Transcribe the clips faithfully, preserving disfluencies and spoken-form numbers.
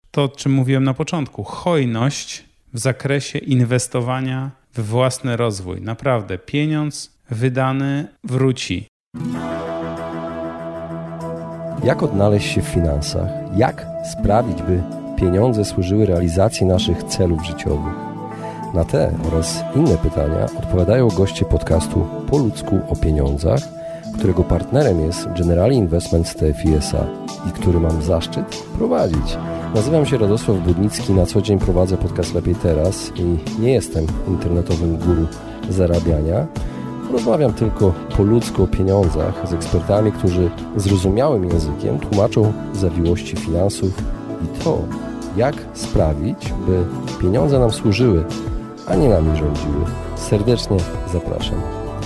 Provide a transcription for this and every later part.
to, o czym mówiłem na początku, hojność w zakresie inwestowania w własny rozwój. Naprawdę, pieniądz wydany wróci. Jak odnaleźć się w finansach? Jak sprawić, by pieniądze służyły realizacji naszych celów życiowych? Na te oraz inne pytania odpowiadają goście podcastu Po ludzku o pieniądzach, którego partnerem jest Generali Investments T F I S A i który mam zaszczyt prowadzić. Nazywam się Radosław Budnicki, na co dzień prowadzę podcast Lepiej Teraz i nie jestem internetowym guru zarabiania. Rozmawiam tylko po ludzku o pieniądzach z ekspertami, którzy zrozumiałym językiem tłumaczą zawiłości finansów i to, jak sprawić, by pieniądze nam służyły, a nie nami rządziły. Serdecznie zapraszam.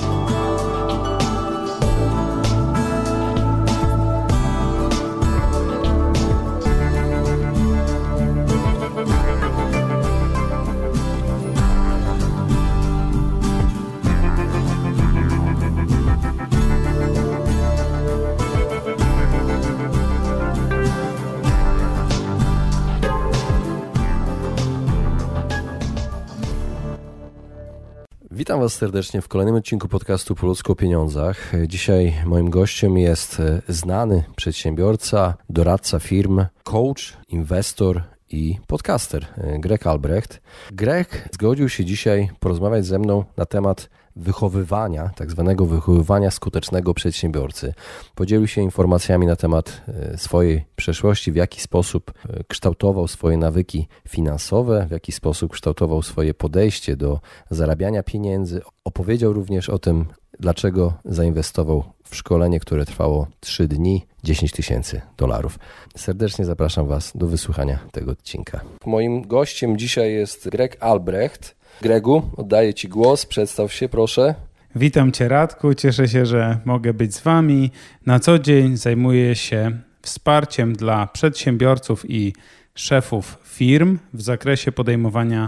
Witam Was serdecznie w kolejnym odcinku podcastu Po ludzku o pieniądzach. Dzisiaj moim gościem jest znany przedsiębiorca, doradca firm, coach, inwestor i podcaster Greg Albrecht. Greg zgodził się dzisiaj porozmawiać ze mną na temat wychowywania, tak zwanego wychowywania skutecznego przedsiębiorcy. Podzielił się informacjami na temat swojej przeszłości, w jaki sposób kształtował swoje nawyki finansowe, w jaki sposób kształtował swoje podejście do zarabiania pieniędzy. Opowiedział również o tym, dlaczego zainwestował w szkolenie, które trwało trzy dni, dziesięć tysięcy dolarów. Serdecznie zapraszam Was do wysłuchania tego odcinka. Moim gościem dzisiaj jest Greg Albrecht. Gregu, oddaję Ci głos, przedstaw się proszę. Witam Cię Radku, cieszę się, że mogę być z Wami. Na co dzień zajmuję się wsparciem dla przedsiębiorców i szefów firm w zakresie podejmowania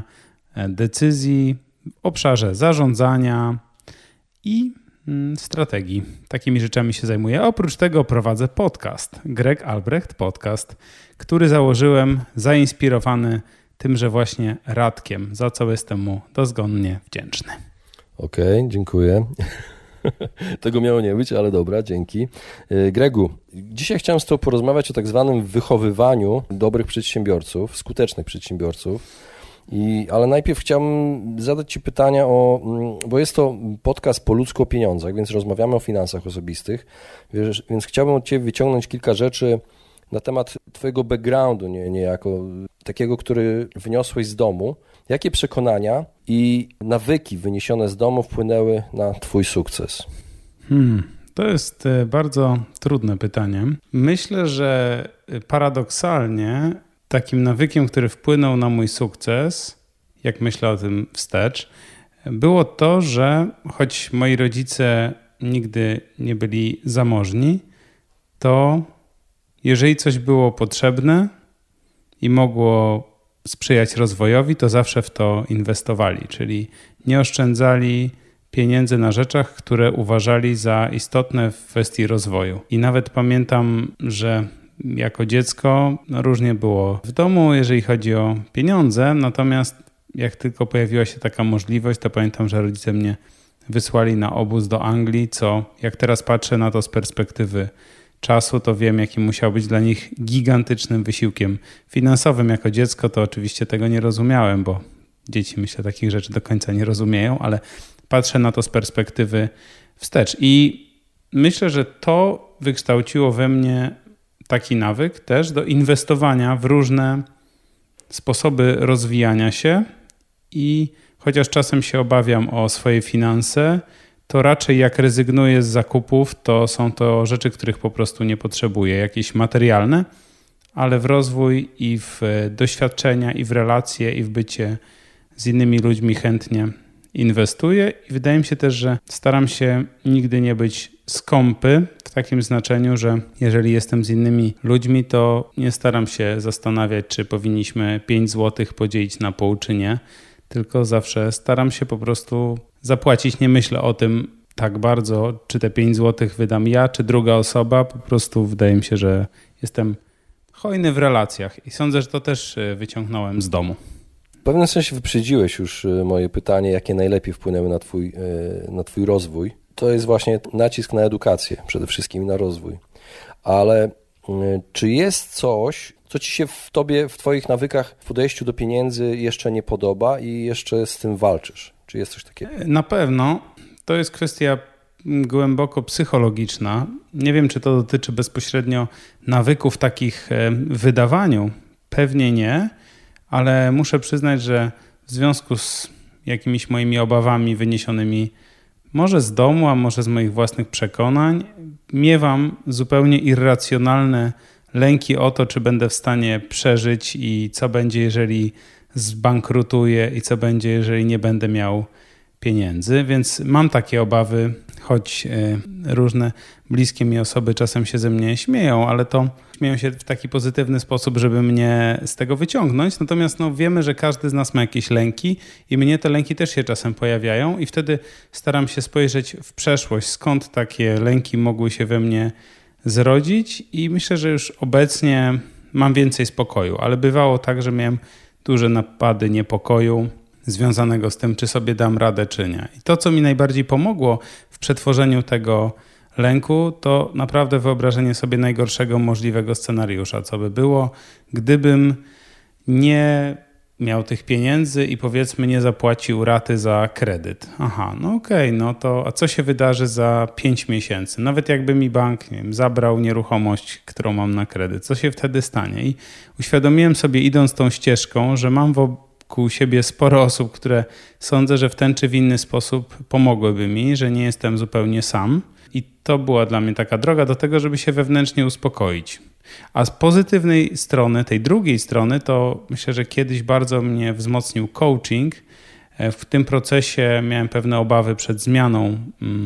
decyzji w obszarze zarządzania i strategii. Takimi rzeczami się zajmuję. Oprócz tego prowadzę podcast, Greg Albrecht Podcast, który założyłem zainspirowany tymże właśnie Radkiem, za co jestem mu dozgonnie wdzięczny. Okej, okay, dziękuję. Tego miało nie być, ale dobra, dzięki. Gregu, dzisiaj chciałem z Tobą porozmawiać o tak zwanym wychowywaniu dobrych przedsiębiorców, skutecznych przedsiębiorców. I, ale najpierw chciałbym zadać Ci pytania o, bo jest to podcast po ludzku o pieniądzach, więc rozmawiamy o finansach osobistych, wiesz, więc chciałbym od Ciebie wyciągnąć kilka rzeczy na temat Twojego backgroundu, nie, niejako takiego, który wyniosłeś z domu. Jakie przekonania i nawyki wyniesione z domu wpłynęły na Twój sukces? Hmm, to jest bardzo trudne pytanie. Myślę, że paradoksalnie takim nawykiem, który wpłynął na mój sukces, jak myślę o tym wstecz, było to, że choć moi rodzice nigdy nie byli zamożni, to jeżeli coś było potrzebne i mogło sprzyjać rozwojowi, to zawsze w to inwestowali, czyli nie oszczędzali pieniędzy na rzeczach, które uważali za istotne w kwestii rozwoju. I nawet pamiętam, że jako dziecko no różnie było w domu, jeżeli chodzi o pieniądze, natomiast jak tylko pojawiła się taka możliwość, to pamiętam, że rodzice mnie wysłali na obóz do Anglii, co jak teraz patrzę na to z perspektywy czasu, to wiem, jaki musiał być dla nich gigantycznym wysiłkiem finansowym. Jako dziecko to oczywiście tego nie rozumiałem, bo dzieci, myślę, takich rzeczy do końca nie rozumieją, ale patrzę na to z perspektywy wstecz. I myślę, że to wykształciło we mnie taki nawyk też do inwestowania w różne sposoby rozwijania się i chociaż czasem się obawiam o swoje finanse, to raczej jak rezygnuję z zakupów, to są to rzeczy, których po prostu nie potrzebuję, jakieś materialne, ale w rozwój i w doświadczenia, i w relacje, i w bycie z innymi ludźmi chętnie inwestuję. I wydaje mi się też, że staram się nigdy nie być skąpy w takim znaczeniu, że jeżeli jestem z innymi ludźmi, to nie staram się zastanawiać, czy powinniśmy pięć złotych podzielić na pół, czy nie, tylko zawsze staram się po prostu zapłacić. Nie myślę o tym tak bardzo, czy te pięć złotych wydam ja, czy druga osoba. Po prostu wydaje mi się, że jestem hojny w relacjach i sądzę, że to też wyciągnąłem z domu. W pewnym sensie wyprzedziłeś już moje pytanie, jakie najlepiej wpłynęły na twój, na twój rozwój. To jest właśnie nacisk na edukację, przede wszystkim i na rozwój. Ale czy jest coś, co ci się w tobie, w twoich nawykach, w podejściu do pieniędzy jeszcze nie podoba i jeszcze z tym walczysz? Czy jest coś takiego? Na pewno. To jest kwestia głęboko psychologiczna. Nie wiem, czy to dotyczy bezpośrednio nawyków takich w wydawaniu. Pewnie nie, ale muszę przyznać, że w związku z jakimiś moimi obawami wyniesionymi może z domu, a może z moich własnych przekonań, miewam zupełnie irracjonalne lęki o to, czy będę w stanie przeżyć i co będzie, jeżeli zbankrutuję i co będzie, jeżeli nie będę miał pieniędzy, więc mam takie obawy, choć różne bliskie mi osoby czasem się ze mnie śmieją, ale to śmieją się w taki pozytywny sposób, żeby mnie z tego wyciągnąć. Natomiast no, wiemy, że każdy z nas ma jakieś lęki i mnie te lęki też się czasem pojawiają i wtedy staram się spojrzeć w przeszłość, skąd takie lęki mogły się we mnie zrodzić i myślę, że już obecnie mam więcej spokoju, ale bywało tak, że miałem duże napady niepokoju związanego z tym, czy sobie dam radę, czy nie. I to, co mi najbardziej pomogło w przetworzeniu tego lęku, to naprawdę wyobrażenie sobie najgorszego możliwego scenariusza, co by było, gdybym nie miał tych pieniędzy i powiedzmy nie zapłacił raty za kredyt. Aha, no okej, okay, no to a co się wydarzy za pięć miesięcy? Nawet jakby mi bank, nie wiem, zabrał nieruchomość, którą mam na kredyt, co się wtedy stanie? I uświadomiłem sobie, idąc tą ścieżką, że mam wokół siebie sporo osób, które sądzę, że w ten czy w inny sposób pomogłyby mi, że nie jestem zupełnie sam. I to była dla mnie taka droga do tego, żeby się wewnętrznie uspokoić. A z pozytywnej strony, tej drugiej strony, to myślę, że kiedyś bardzo mnie wzmocnił coaching. W tym procesie miałem pewne obawy przed zmianą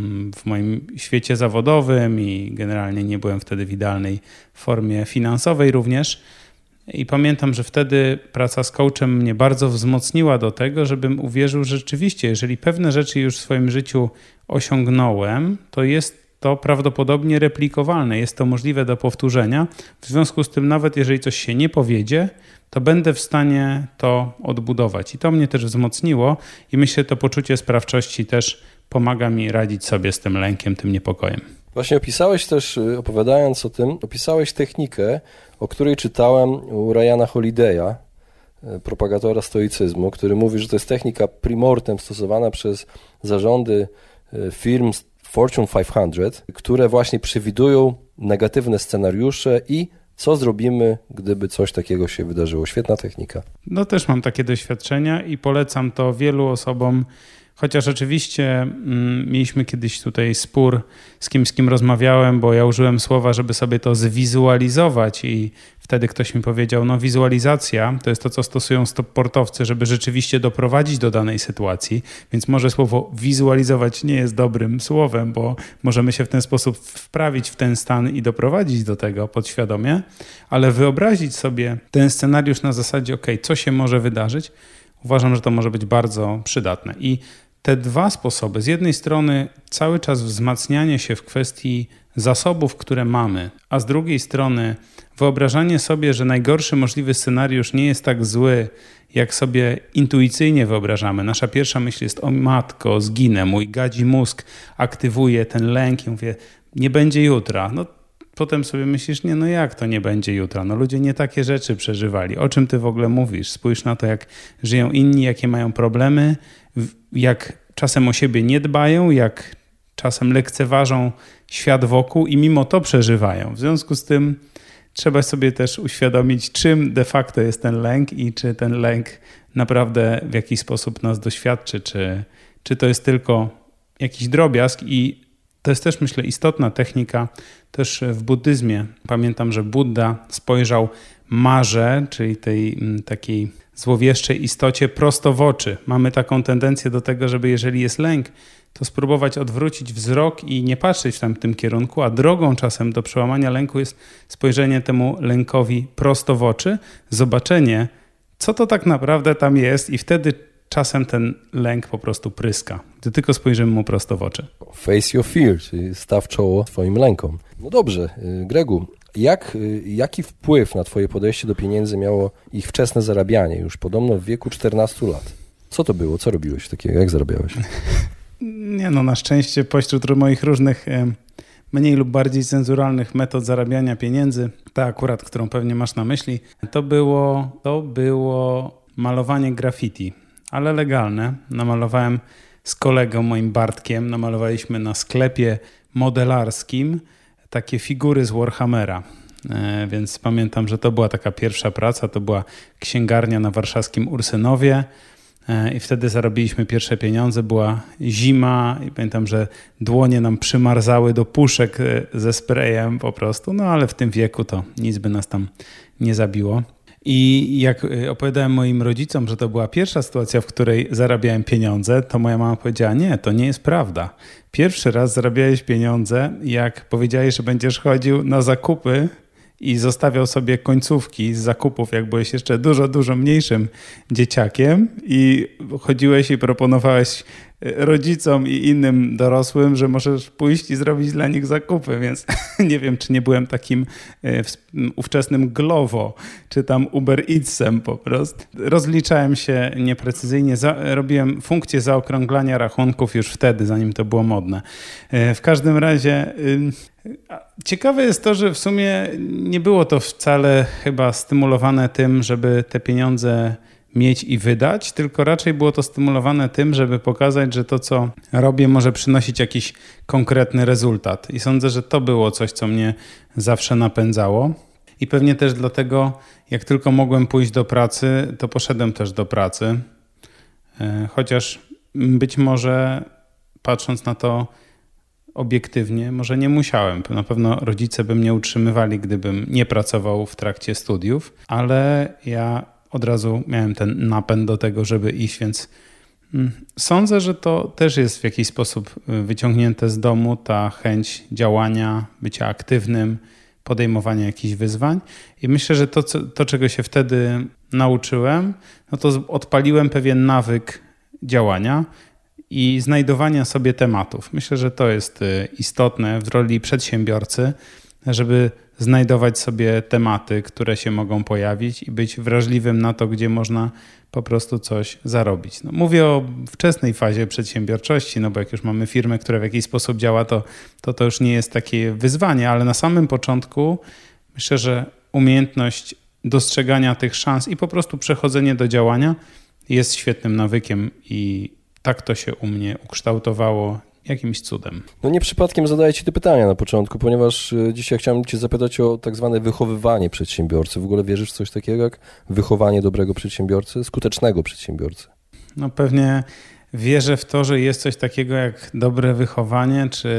w moim świecie zawodowym i generalnie nie byłem wtedy w idealnej formie finansowej również. I pamiętam, że wtedy praca z coachem mnie bardzo wzmocniła do tego, żebym uwierzył, że rzeczywiście, jeżeli pewne rzeczy już w swoim życiu osiągnąłem, to jest to prawdopodobnie replikowalne, jest to możliwe do powtórzenia. W związku z tym nawet jeżeli coś się nie powiedzie, to będę w stanie to odbudować. I to mnie też wzmocniło i myślę, że to poczucie sprawczości też pomaga mi radzić sobie z tym lękiem, tym niepokojem. Właśnie opisałeś też, opowiadając o tym, opisałeś technikę, o której czytałem u Ryana Holiday'a, propagatora stoicyzmu, który mówi, że to jest technika primortem stosowana przez zarządy firm Fortune pięćset, które właśnie przewidują negatywne scenariusze i co zrobimy, gdyby coś takiego się wydarzyło. Świetna technika. No też mam takie doświadczenia i polecam to wielu osobom, chociaż oczywiście mm, mieliśmy kiedyś tutaj spór z kimś, z kim rozmawiałem, bo ja użyłem słowa, żeby sobie to zwizualizować i wtedy ktoś mi powiedział, no wizualizacja to jest to, co stosują sportowcy, żeby rzeczywiście doprowadzić do danej sytuacji, więc może słowo wizualizować nie jest dobrym słowem, bo możemy się w ten sposób wprawić w ten stan i doprowadzić do tego podświadomie, ale wyobrazić sobie ten scenariusz na zasadzie, ok, co się może wydarzyć, uważam, że to może być bardzo przydatne. I te dwa sposoby, z jednej strony cały czas wzmacnianie się w kwestii zasobów, które mamy, a z drugiej strony wyobrażanie sobie, że najgorszy możliwy scenariusz nie jest tak zły, jak sobie intuicyjnie wyobrażamy. Nasza pierwsza myśl jest, o matko, zginę, mój gadzi mózg aktywuje ten lęk i mówię, nie będzie jutra. No potem sobie myślisz, nie, no jak to nie będzie jutra? No ludzie nie takie rzeczy przeżywali. O czym ty w ogóle mówisz? Spójrz na to, jak żyją inni, jakie mają problemy, jak czasem o siebie nie dbają, jak czasem lekceważą świat wokół i mimo to przeżywają. W związku z tym trzeba sobie też uświadomić, czym de facto jest ten lęk i czy ten lęk naprawdę w jakiś sposób nas doświadczy, czy, czy to jest tylko jakiś drobiazg. I to jest też, myślę, istotna technika też w buddyzmie. Pamiętam, że Buddha spojrzał Marze, czyli tej takiej złowieszczej istocie, prosto w oczy. Mamy taką tendencję do tego, żeby jeżeli jest lęk, to spróbować odwrócić wzrok i nie patrzeć w tamtym kierunku, a drogą czasem do przełamania lęku jest spojrzenie temu lękowi prosto w oczy, zobaczenie, co to tak naprawdę tam jest i wtedy czasem ten lęk po prostu pryska, gdy tylko spojrzymy mu prosto w oczy. Face your fear, czyli staw czoło twoim lękom. No dobrze, Gregu, Jak, jaki wpływ na twoje podejście do pieniędzy miało ich wczesne zarabianie, już podobno w wieku czternastu lat? Co to było? Co robiłeś takiego? Jak zarabiałeś? Nie no, na szczęście pośród moich różnych mniej lub bardziej cenzuralnych metod zarabiania pieniędzy, ta akurat, którą pewnie masz na myśli, to było, to było malowanie graffiti, ale legalne. Namalowałem z kolegą moim Bartkiem, namalowaliśmy na sklepie modelarskim takie figury z Warhammera. E, więc pamiętam, że to była taka pierwsza praca, to była księgarnia na warszawskim Ursynowie e, i wtedy zarobiliśmy pierwsze pieniądze. Była zima i pamiętam, że dłonie nam przymarzały do puszek ze sprayem po prostu, no ale w tym wieku to nic by nas tam nie zabiło. I jak opowiadałem moim rodzicom, że to była pierwsza sytuacja, w której zarabiałem pieniądze, to moja mama powiedziała, nie, to nie jest prawda. Pierwszy raz zarabiałeś pieniądze, jak powiedziałeś, że będziesz chodził na zakupy i zostawiał sobie końcówki z zakupów, jak byłeś jeszcze dużo, dużo mniejszym dzieciakiem i chodziłeś i proponowałeś rodzicom i innym dorosłym, że możesz pójść i zrobić dla nich zakupy, więc nie wiem, czy nie byłem takim ówczesnym Glovo, czy tam Uber Eatsem po prostu. Rozliczałem się nieprecyzyjnie, za, robiłem funkcję zaokrąglania rachunków już wtedy, zanim to było modne. W każdym razie ciekawe jest to, że w sumie nie było to wcale chyba stymulowane tym, żeby te pieniądze mieć i wydać, tylko raczej było to stymulowane tym, żeby pokazać, że to, co robię, może przynosić jakiś konkretny rezultat. I sądzę, że to było coś, co mnie zawsze napędzało. I pewnie też dlatego, jak tylko mogłem pójść do pracy, to poszedłem też do pracy. Chociaż być może, patrząc na to obiektywnie, może nie musiałem. Na pewno rodzice by mnie utrzymywali, gdybym nie pracował w trakcie studiów, ale ja od razu miałem ten napęd do tego, żeby iść, więc sądzę, że to też jest w jakiś sposób wyciągnięte z domu, ta chęć działania, bycia aktywnym, podejmowania jakichś wyzwań. I myślę, że to, co, to czego się wtedy nauczyłem, no to odpaliłem pewien nawyk działania i znajdowania sobie tematów. Myślę, że to jest istotne w roli przedsiębiorcy, żeby znajdować sobie tematy, które się mogą pojawić i być wrażliwym na to, gdzie można po prostu coś zarobić. No, mówię o wczesnej fazie przedsiębiorczości, no bo jak już mamy firmę, która w jakiś sposób działa, to, to to już nie jest takie wyzwanie, ale na samym początku myślę, że umiejętność dostrzegania tych szans i po prostu przechodzenie do działania jest świetnym nawykiem i tak to się u mnie ukształtowało jakimś cudem. No nie przypadkiem zadaję ci te pytania na początku, ponieważ dzisiaj chciałem cię zapytać o tak zwane wychowywanie przedsiębiorcy. W ogóle wierzysz w coś takiego jak wychowanie dobrego przedsiębiorcy, skutecznego przedsiębiorcy? No pewnie wierzę w to, że jest coś takiego jak dobre wychowanie, czy,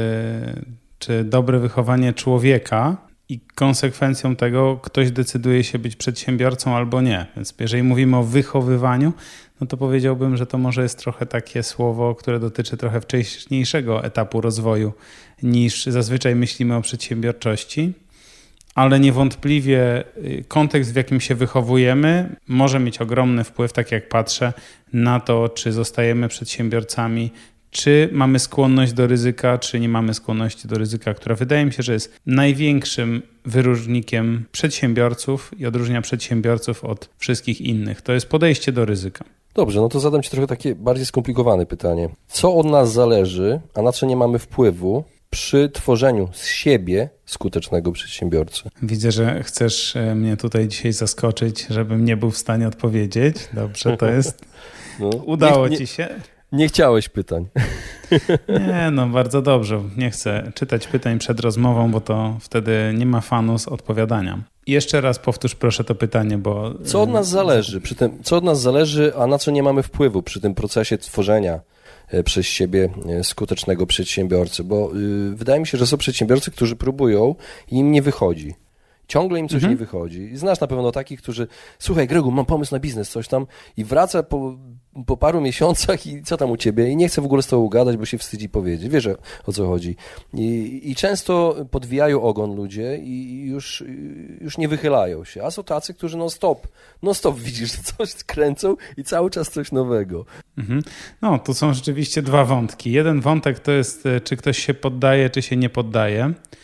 czy dobre wychowanie człowieka i konsekwencją tego ktoś decyduje się być przedsiębiorcą albo nie. Więc jeżeli mówimy o wychowywaniu, no to powiedziałbym, że to może jest trochę takie słowo, które dotyczy trochę wcześniejszego etapu rozwoju niż zazwyczaj myślimy o przedsiębiorczości, ale niewątpliwie kontekst, w jakim się wychowujemy, może mieć ogromny wpływ, tak jak patrzę, na to, czy zostajemy przedsiębiorcami, czy mamy skłonność do ryzyka, czy nie mamy skłonności do ryzyka, która wydaje mi się, że jest największym wyróżnikiem przedsiębiorców i odróżnia przedsiębiorców od wszystkich innych. To jest podejście do ryzyka. Dobrze, no to zadam ci trochę takie bardziej skomplikowane pytanie. Co od nas zależy, a na co nie mamy wpływu przy tworzeniu z siebie skutecznego przedsiębiorcy? Widzę, że chcesz mnie tutaj dzisiaj zaskoczyć, żebym nie był w stanie odpowiedzieć. Dobrze, to jest... No, udało nie, nie, ci się? Nie chciałeś pytań. Nie, no bardzo dobrze. Nie chcę czytać pytań przed rozmową, bo to wtedy nie ma fanu z odpowiadania. Jeszcze raz powtórz proszę to pytanie, bo... Co od nas zależy przy tym, co od nas zależy, a na co nie mamy wpływu przy tym procesie tworzenia przez siebie skutecznego przedsiębiorcy? Bo yy, wydaje mi się, że są przedsiębiorcy, którzy próbują i im nie wychodzi. Ciągle im coś mhm. nie wychodzi. I znasz na pewno takich, którzy słuchaj Gregu, mam pomysł na biznes, coś tam i wraca po, po paru miesiącach i co tam u ciebie? I nie chce w ogóle z tobą gadać, bo się wstydzi powiedzieć. Wiesz o co chodzi. I, i często podwijają ogon ludzie i już, już nie wychylają się. A są tacy, którzy non stop, non stop widzisz, coś kręcą i cały czas coś nowego. Mhm. No, tu są rzeczywiście dwa wątki. Jeden wątek to jest, czy ktoś się poddaje, czy się nie poddaje.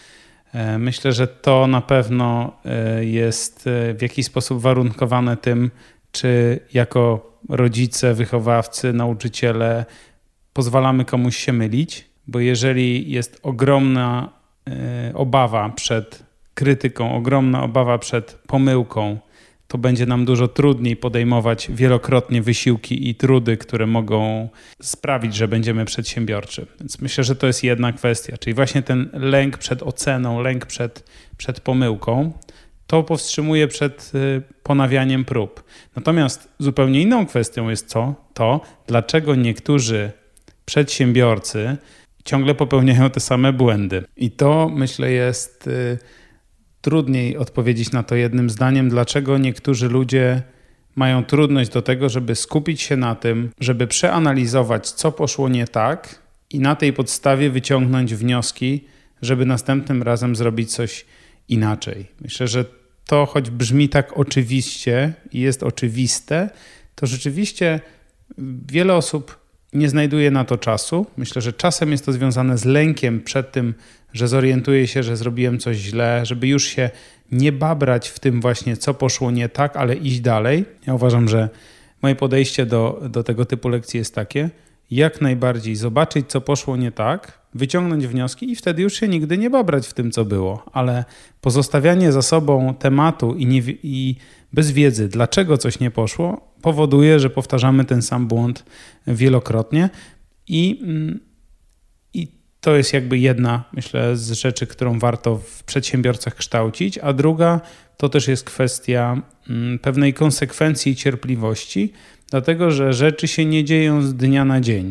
Myślę, że to na pewno jest w jakiś sposób warunkowane tym, czy jako rodzice, wychowawcy, nauczyciele pozwalamy komuś się mylić, bo jeżeli jest ogromna obawa przed krytyką, ogromna obawa przed pomyłką, to będzie nam dużo trudniej podejmować wielokrotnie wysiłki i trudy, które mogą sprawić, że będziemy przedsiębiorczy. Więc myślę, że to jest jedna kwestia, czyli właśnie ten lęk przed oceną, lęk przed, przed pomyłką, to powstrzymuje przed ponawianiem prób. Natomiast zupełnie inną kwestią jest co? To, dlaczego niektórzy przedsiębiorcy ciągle popełniają te same błędy. I to, myślę, jest trudniej odpowiedzieć na to jednym zdaniem, dlaczego niektórzy ludzie mają trudność do tego, żeby skupić się na tym, żeby przeanalizować, co poszło nie tak i na tej podstawie wyciągnąć wnioski, żeby następnym razem zrobić coś inaczej. Myślę, że to, choć brzmi tak oczywiście i jest oczywiste, to rzeczywiście wiele osób nie znajduje na to czasu. Myślę, że czasem jest to związane z lękiem przed tym, że zorientuję się, że zrobiłem coś źle, żeby już się nie babrać w tym właśnie, co poszło nie tak, ale iść dalej. Ja uważam, że moje podejście do, do tego typu lekcji jest takie, jak najbardziej zobaczyć, co poszło nie tak, wyciągnąć wnioski i wtedy już się nigdy nie babrać w tym, co było. Ale pozostawianie za sobą tematu i, nie, i bez wiedzy, dlaczego coś nie poszło, powoduje, że powtarzamy ten sam błąd wielokrotnie i, i to jest jakby jedna, myślę, z rzeczy, którą warto w przedsiębiorcach kształcić, a druga to też jest kwestia pewnej konsekwencji i cierpliwości, dlatego że rzeczy się nie dzieją z dnia na dzień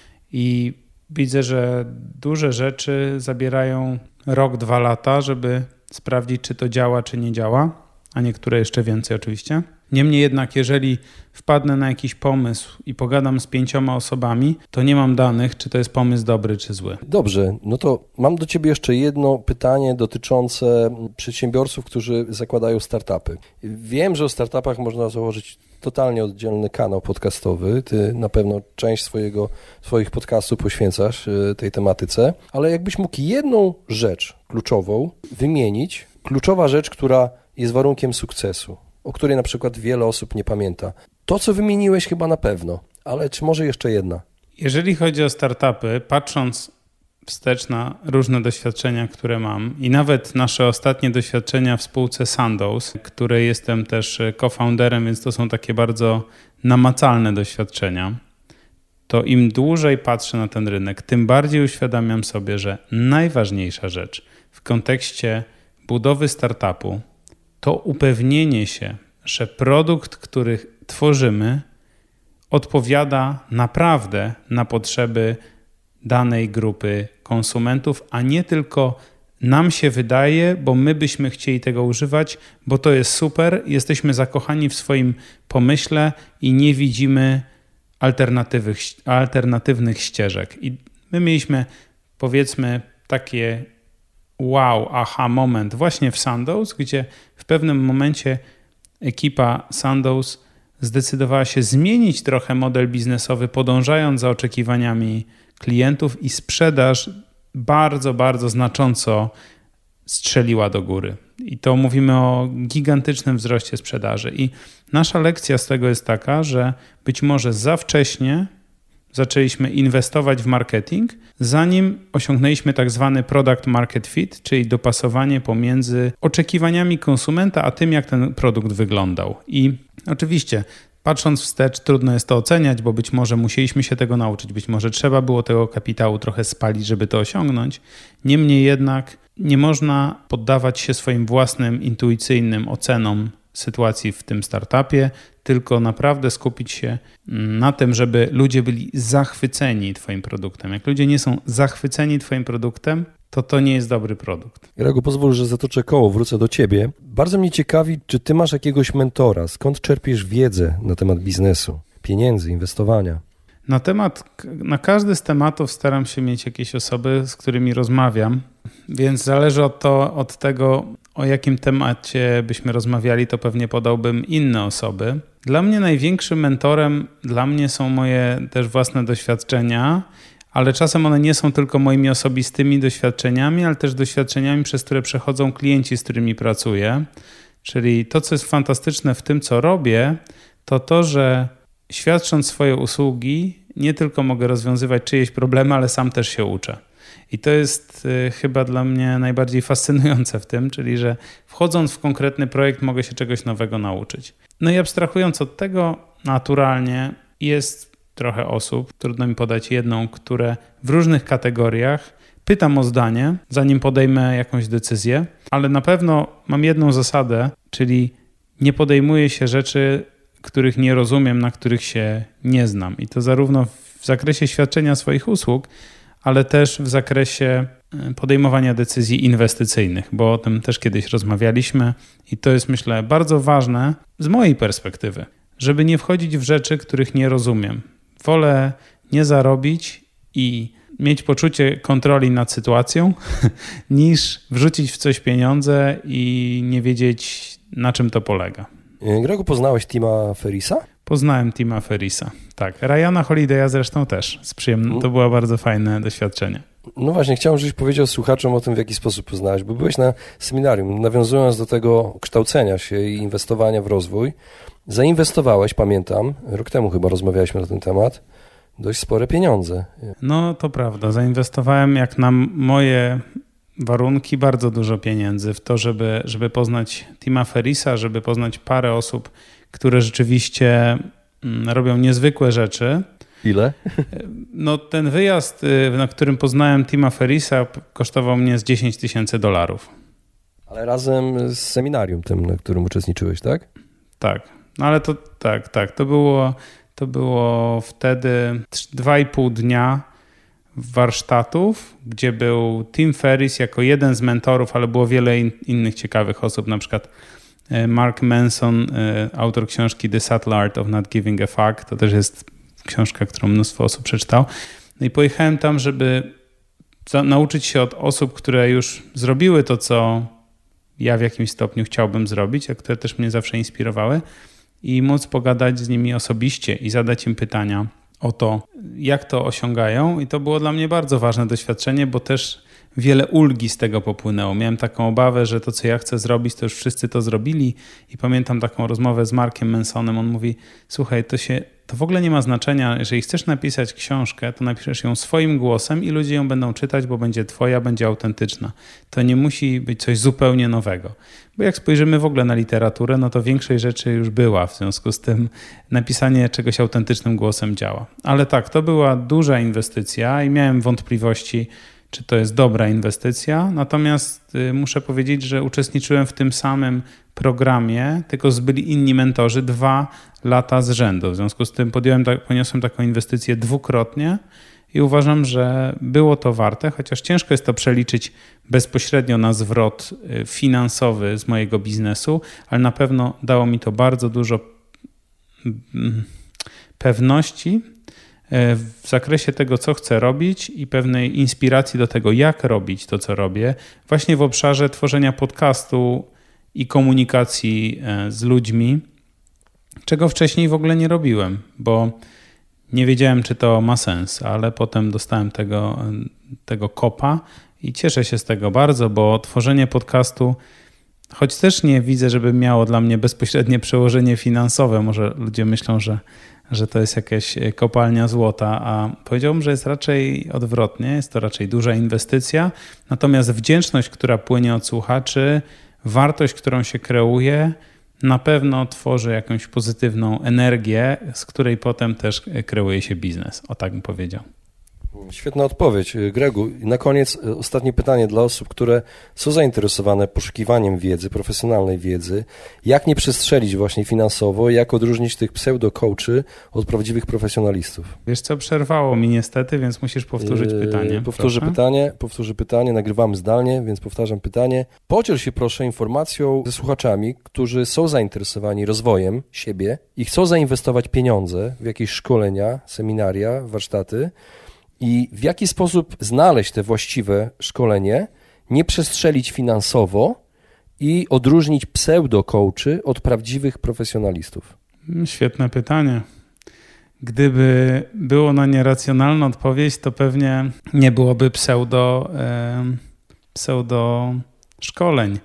i widzę, że duże rzeczy zabierają rok, dwa lata, żeby sprawdzić, czy to działa, czy nie działa, a niektóre jeszcze więcej oczywiście. Niemniej jednak, jeżeli wpadnę na jakiś pomysł i pogadam z pięcioma osobami, to nie mam danych, czy to jest pomysł dobry, czy zły. Dobrze, no to mam do Ciebie jeszcze jedno pytanie dotyczące przedsiębiorców, którzy zakładają startupy. Wiem, że o startupach można założyć totalnie oddzielny kanał podcastowy. Ty na pewno część swojego, swoich podcastów poświęcasz tej tematyce, ale jakbyś mógł jedną rzecz kluczową wymienić, kluczowa rzecz, która jest warunkiem sukcesu, o której na przykład wiele osób nie pamięta. To, co wymieniłeś, chyba na pewno, ale czy może jeszcze jedna? Jeżeli chodzi o startupy, patrząc wstecz na różne doświadczenia, które mam i nawet nasze ostatnie doświadczenia w spółce Sandoz, której jestem też co-founderem, więc to są takie bardzo namacalne doświadczenia, to im dłużej patrzę na ten rynek, tym bardziej uświadamiam sobie, że najważniejsza rzecz w kontekście budowy startupu to upewnienie się, że produkt, który tworzymy, odpowiada naprawdę na potrzeby danej grupy konsumentów, a nie tylko nam się wydaje, bo my byśmy chcieli tego używać, bo to jest super, jesteśmy zakochani w swoim pomyśle i nie widzimy alternatywych, alternatywnych ścieżek. I my mieliśmy, powiedzmy, takie wow, aha moment właśnie w Sandoz, gdzie w pewnym momencie ekipa Sandoz zdecydowała się zmienić trochę model biznesowy, podążając za oczekiwaniami klientów i sprzedaż bardzo, bardzo znacząco strzeliła do góry. I to mówimy o gigantycznym wzroście sprzedaży. I nasza lekcja z tego jest taka, że być może za wcześnie zaczęliśmy inwestować w marketing, zanim osiągnęliśmy tak zwany product market fit, czyli dopasowanie pomiędzy oczekiwaniami konsumenta, a tym, jak ten produkt wyglądał. I oczywiście, patrząc wstecz, trudno jest to oceniać, bo być może musieliśmy się tego nauczyć, być może trzeba było tego kapitału trochę spalić, żeby to osiągnąć. Niemniej jednak nie można poddawać się swoim własnym intuicyjnym ocenom sytuacji w tym startupie, tylko naprawdę skupić się na tym, żeby ludzie byli zachwyceni Twoim produktem. Jak ludzie nie są zachwyceni Twoim produktem, to to nie jest dobry produkt. Gregu, pozwól, że zatoczę koło, wrócę do Ciebie. Bardzo mnie ciekawi, czy Ty masz jakiegoś mentora, skąd czerpiesz wiedzę na temat biznesu, pieniędzy, inwestowania? Na temat, na każdy z tematów staram się mieć jakieś osoby, z którymi rozmawiam, więc zależy od, to, od tego, o jakim temacie byśmy rozmawiali, to pewnie podałbym inne osoby. Dla mnie największym mentorem, dla mnie są moje też własne doświadczenia, ale czasem one nie są tylko moimi osobistymi doświadczeniami, ale też doświadczeniami, przez które przechodzą klienci, z którymi pracuję. Czyli to, co jest fantastyczne w tym, co robię, to to, że świadcząc swoje usługi, nie tylko mogę rozwiązywać czyjeś problemy, ale sam też się uczę. I to jest y, chyba dla mnie najbardziej fascynujące w tym, czyli że wchodząc w konkretny projekt mogę się czegoś nowego nauczyć. No i abstrahując od tego, naturalnie jest trochę osób, trudno mi podać jedną, które w różnych kategoriach pytam o zdanie, zanim podejmę jakąś decyzję, ale na pewno mam jedną zasadę, czyli nie podejmuję się rzeczy, których nie rozumiem, na których się nie znam. I to zarówno w zakresie świadczenia swoich usług, ale też w zakresie podejmowania decyzji inwestycyjnych, bo o tym też kiedyś rozmawialiśmy i to jest, myślę, bardzo ważne z mojej perspektywy, żeby nie wchodzić w rzeczy, których nie rozumiem. Wolę nie zarobić i mieć poczucie kontroli nad sytuacją, niż wrzucić w coś pieniądze i nie wiedzieć, na czym to polega. Gregu, poznałeś Tima Ferrissa? Poznałem Tima Ferrissa, tak. Ryana Holiday'a zresztą też. Z przyjemno. To było bardzo fajne doświadczenie. No właśnie, chciałem, żebyś powiedział słuchaczom o tym, w jaki sposób poznałeś, bo byłeś na seminarium. Nawiązując do tego kształcenia się i inwestowania w rozwój, zainwestowałeś, pamiętam, rok temu chyba rozmawialiśmy na ten temat, dość spore pieniądze. No to prawda, zainwestowałem jak na moje warunki bardzo dużo pieniędzy w to, żeby, żeby poznać Tima Ferrissa, żeby poznać parę osób, które rzeczywiście robią niezwykłe rzeczy. Ile? No ten wyjazd, na którym poznałem Tima Ferrissa, kosztował mnie z dziesięć tysięcy dolarów. Ale razem z seminarium tym, na którym uczestniczyłeś, tak? Tak, no ale to tak, tak, to było, to było wtedy dwa i pół dnia warsztatów, gdzie był Tim Ferriss jako jeden z mentorów, ale było wiele in, innych ciekawych osób, na przykład Mark Manson, autor książki The Subtle Art of Not Giving a Fuck, to też jest książka, którą mnóstwo osób przeczytał. No i pojechałem tam, żeby za, nauczyć się od osób, które już zrobiły to, co ja w jakimś stopniu chciałbym zrobić, a które też mnie zawsze inspirowały i móc pogadać z nimi osobiście i zadać im pytania o to, jak to osiągają. I to było dla mnie bardzo ważne doświadczenie, bo też wiele ulgi z tego popłynęło. Miałem taką obawę, że to, co ja chcę zrobić, to już wszyscy to zrobili i pamiętam taką rozmowę z Markiem Mansonem. On mówi, słuchaj, to się to w ogóle nie ma znaczenia. Jeżeli chcesz napisać książkę, to napiszesz ją swoim głosem i ludzie ją będą czytać, bo będzie twoja, będzie autentyczna. To nie musi być coś zupełnie nowego. Bo jak spojrzymy w ogóle na literaturę, no to większość rzeczy już była. W związku z tym napisanie czegoś autentycznym głosem działa. Ale tak, to była duża inwestycja i miałem wątpliwości, czy to jest dobra inwestycja. Natomiast muszę powiedzieć, że uczestniczyłem w tym samym programie, tylko byli inni mentorzy dwa lata z rzędu. W związku z tym podjąłem, poniosłem taką inwestycję dwukrotnie i uważam, że było to warte, chociaż ciężko jest to przeliczyć bezpośrednio na zwrot finansowy z mojego biznesu, ale na pewno dało mi to bardzo dużo pewności w zakresie tego, co chcę robić i pewnej inspiracji do tego, jak robić to, co robię, właśnie w obszarze tworzenia podcastu i komunikacji z ludźmi, czego wcześniej w ogóle nie robiłem, bo nie wiedziałem, czy to ma sens, ale potem dostałem tego, tego kopa i cieszę się z tego bardzo, bo tworzenie podcastu, choć też nie widzę, żeby miało dla mnie bezpośrednie przełożenie finansowe, może ludzie myślą, że że to jest jakaś kopalnia złota, a powiedziałbym, że jest raczej odwrotnie, jest to raczej duża inwestycja, natomiast wdzięczność, która płynie od słuchaczy, wartość, którą się kreuje, na pewno tworzy jakąś pozytywną energię, z której potem też kreuje się biznes, o tak bym powiedział. Świetna odpowiedź, Gregu. I na koniec ostatnie pytanie dla osób, które są zainteresowane poszukiwaniem wiedzy, profesjonalnej wiedzy. Jak nie przestrzelić właśnie finansowo, jak odróżnić tych pseudo-coachy od prawdziwych profesjonalistów? Wiesz co, przerwało mi niestety, więc musisz powtórzyć yy, pytanie. Powtórzę proszę. pytanie, powtórzę pytanie, nagrywamy zdalnie, więc powtarzam pytanie. Podziel się proszę informacją ze słuchaczami, którzy są zainteresowani rozwojem siebie i chcą zainwestować pieniądze w jakieś szkolenia, seminaria, warsztaty. I w jaki sposób znaleźć te właściwe szkolenie, nie przestrzelić finansowo i odróżnić pseudo-coachy od prawdziwych profesjonalistów? Świetne pytanie. gdyby było na nie racjonalna odpowiedź, to pewnie nie byłoby pseudo, e, pseudo szkoleń,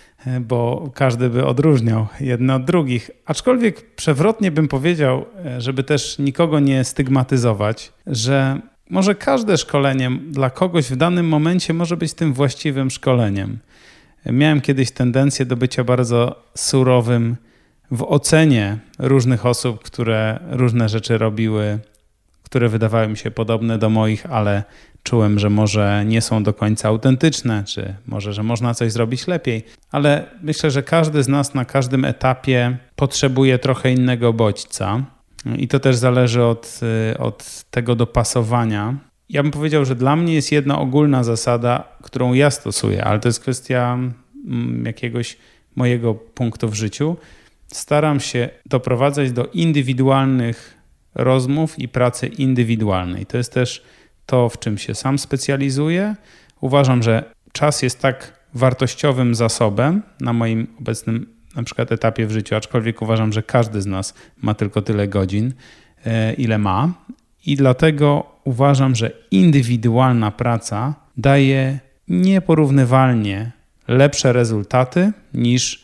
bo każdy by odróżniał jedne od drugich. Aczkolwiek przewrotnie bym powiedział, żeby też nikogo nie stygmatyzować, że może każde szkolenie dla kogoś w danym momencie może być tym właściwym szkoleniem. Miałem kiedyś tendencję do bycia bardzo surowym w ocenie różnych osób, które różne rzeczy robiły, które wydawały mi się podobne do moich, ale czułem, że może nie są do końca autentyczne, czy może, że można coś zrobić lepiej. Ale myślę, że każdy z nas na każdym etapie potrzebuje trochę innego bodźca i to też zależy od, od tego dopasowania. Ja bym powiedział, że dla mnie jest jedna ogólna zasada, którą ja stosuję, ale to jest kwestia jakiegoś mojego punktu w życiu. Staram się doprowadzać do indywidualnych rozmów i pracy indywidualnej. To jest też to, w czym się sam specjalizuję. Uważam, że czas jest tak wartościowym zasobem na moim obecnym na przykład etapie w życiu, aczkolwiek uważam, że każdy z nas ma tylko tyle godzin, ile ma. I dlatego uważam, że indywidualna praca daje nieporównywalnie lepsze rezultaty niż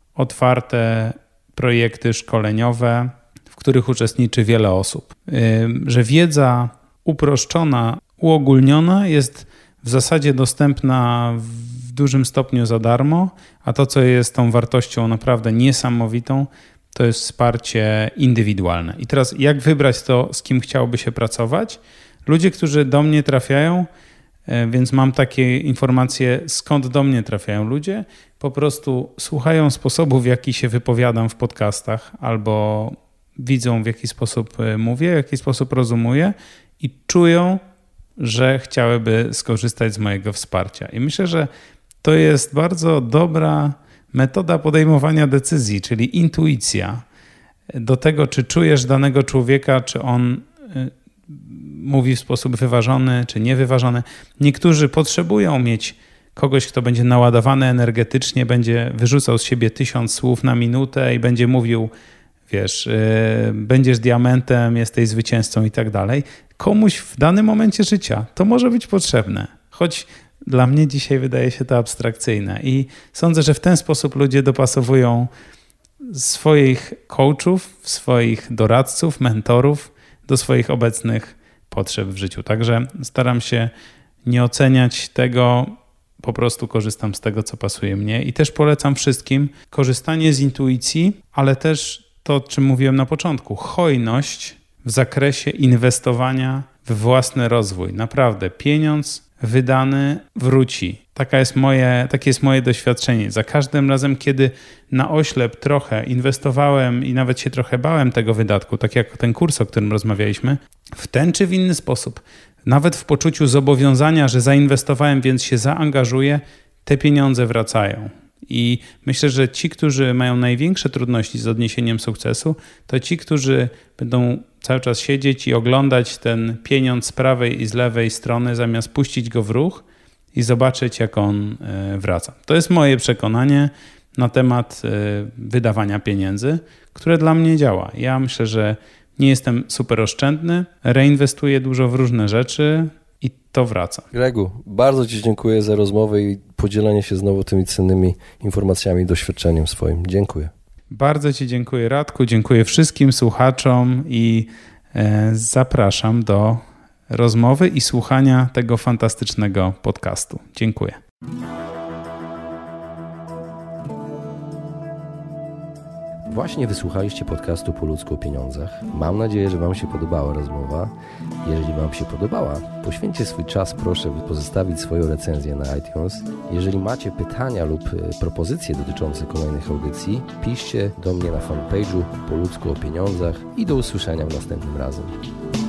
otwarte projekty szkoleniowe, w których uczestniczy wiele osób. Że wiedza uproszczona, uogólniona jest w zasadzie dostępna w dużym stopniu za darmo, a to, co jest tą wartością naprawdę niesamowitą, to jest wsparcie indywidualne. I teraz jak wybrać to, z kim chciałoby się pracować? Ludzie, którzy do mnie trafiają, więc mam takie informacje, skąd do mnie trafiają ludzie, po prostu słuchają sposobu, w jaki się wypowiadam w podcastach, albo widzą, w jaki sposób mówię, w jaki sposób rozumuję i czują, że chciałyby skorzystać z mojego wsparcia. I myślę, że to jest bardzo dobra metoda podejmowania decyzji, czyli intuicja do tego, czy czujesz danego człowieka, czy on mówi w sposób wyważony, czy niewyważony. Niektórzy potrzebują mieć kogoś, kto będzie naładowany energetycznie, będzie wyrzucał z siebie tysiąc słów na minutę i będzie mówił, wiesz, yy, będziesz diamentem, jesteś zwycięzcą i tak dalej. Komuś w danym momencie życia to może być potrzebne, choć dla mnie dzisiaj wydaje się to abstrakcyjne i sądzę, że w ten sposób ludzie dopasowują swoich coachów, swoich doradców, mentorów do swoich obecnych potrzeb w życiu. Także staram się nie oceniać tego, po prostu korzystam z tego, co pasuje mnie i też polecam wszystkim korzystanie z intuicji, ale też to, o czym mówiłem na początku, hojność w zakresie inwestowania w własny rozwój. Naprawdę, pieniądz wydany wróci. Taka jest moje, takie jest moje doświadczenie. Za każdym razem, kiedy na oślep trochę inwestowałem i nawet się trochę bałem tego wydatku, tak jak ten kurs, o którym rozmawialiśmy, w ten czy w inny sposób, nawet w poczuciu zobowiązania, że zainwestowałem, więc się zaangażuję, te pieniądze wracają. I myślę, że ci, którzy mają największe trudności z odniesieniem sukcesu, to ci, którzy będą cały czas siedzieć i oglądać ten pieniądz z prawej i z lewej strony, zamiast puścić go w ruch i zobaczyć, jak on wraca. To jest moje przekonanie na temat wydawania pieniędzy, które dla mnie działa. Ja myślę, że nie jestem super oszczędny, reinwestuję dużo w różne rzeczy i to wraca. Gregu, bardzo Ci dziękuję za rozmowę i podzielenie się znowu tymi cennymi informacjami i doświadczeniem swoim. Dziękuję. Bardzo Ci dziękuję, Radku, dziękuję wszystkim słuchaczom i e, zapraszam do rozmowy i słuchania tego fantastycznego podcastu. Dziękuję. Właśnie wysłuchaliście podcastu Po ludzku o pieniądzach. Mam nadzieję, że Wam się podobała rozmowa. Jeżeli Wam się podobała, poświęćcie swój czas, proszę, by pozostawić swoją recenzję na iTunes. Jeżeli macie pytania lub propozycje dotyczące kolejnych audycji, piszcie do mnie na fanpage'u Po ludzku o pieniądzach i do usłyszenia w następnym razem.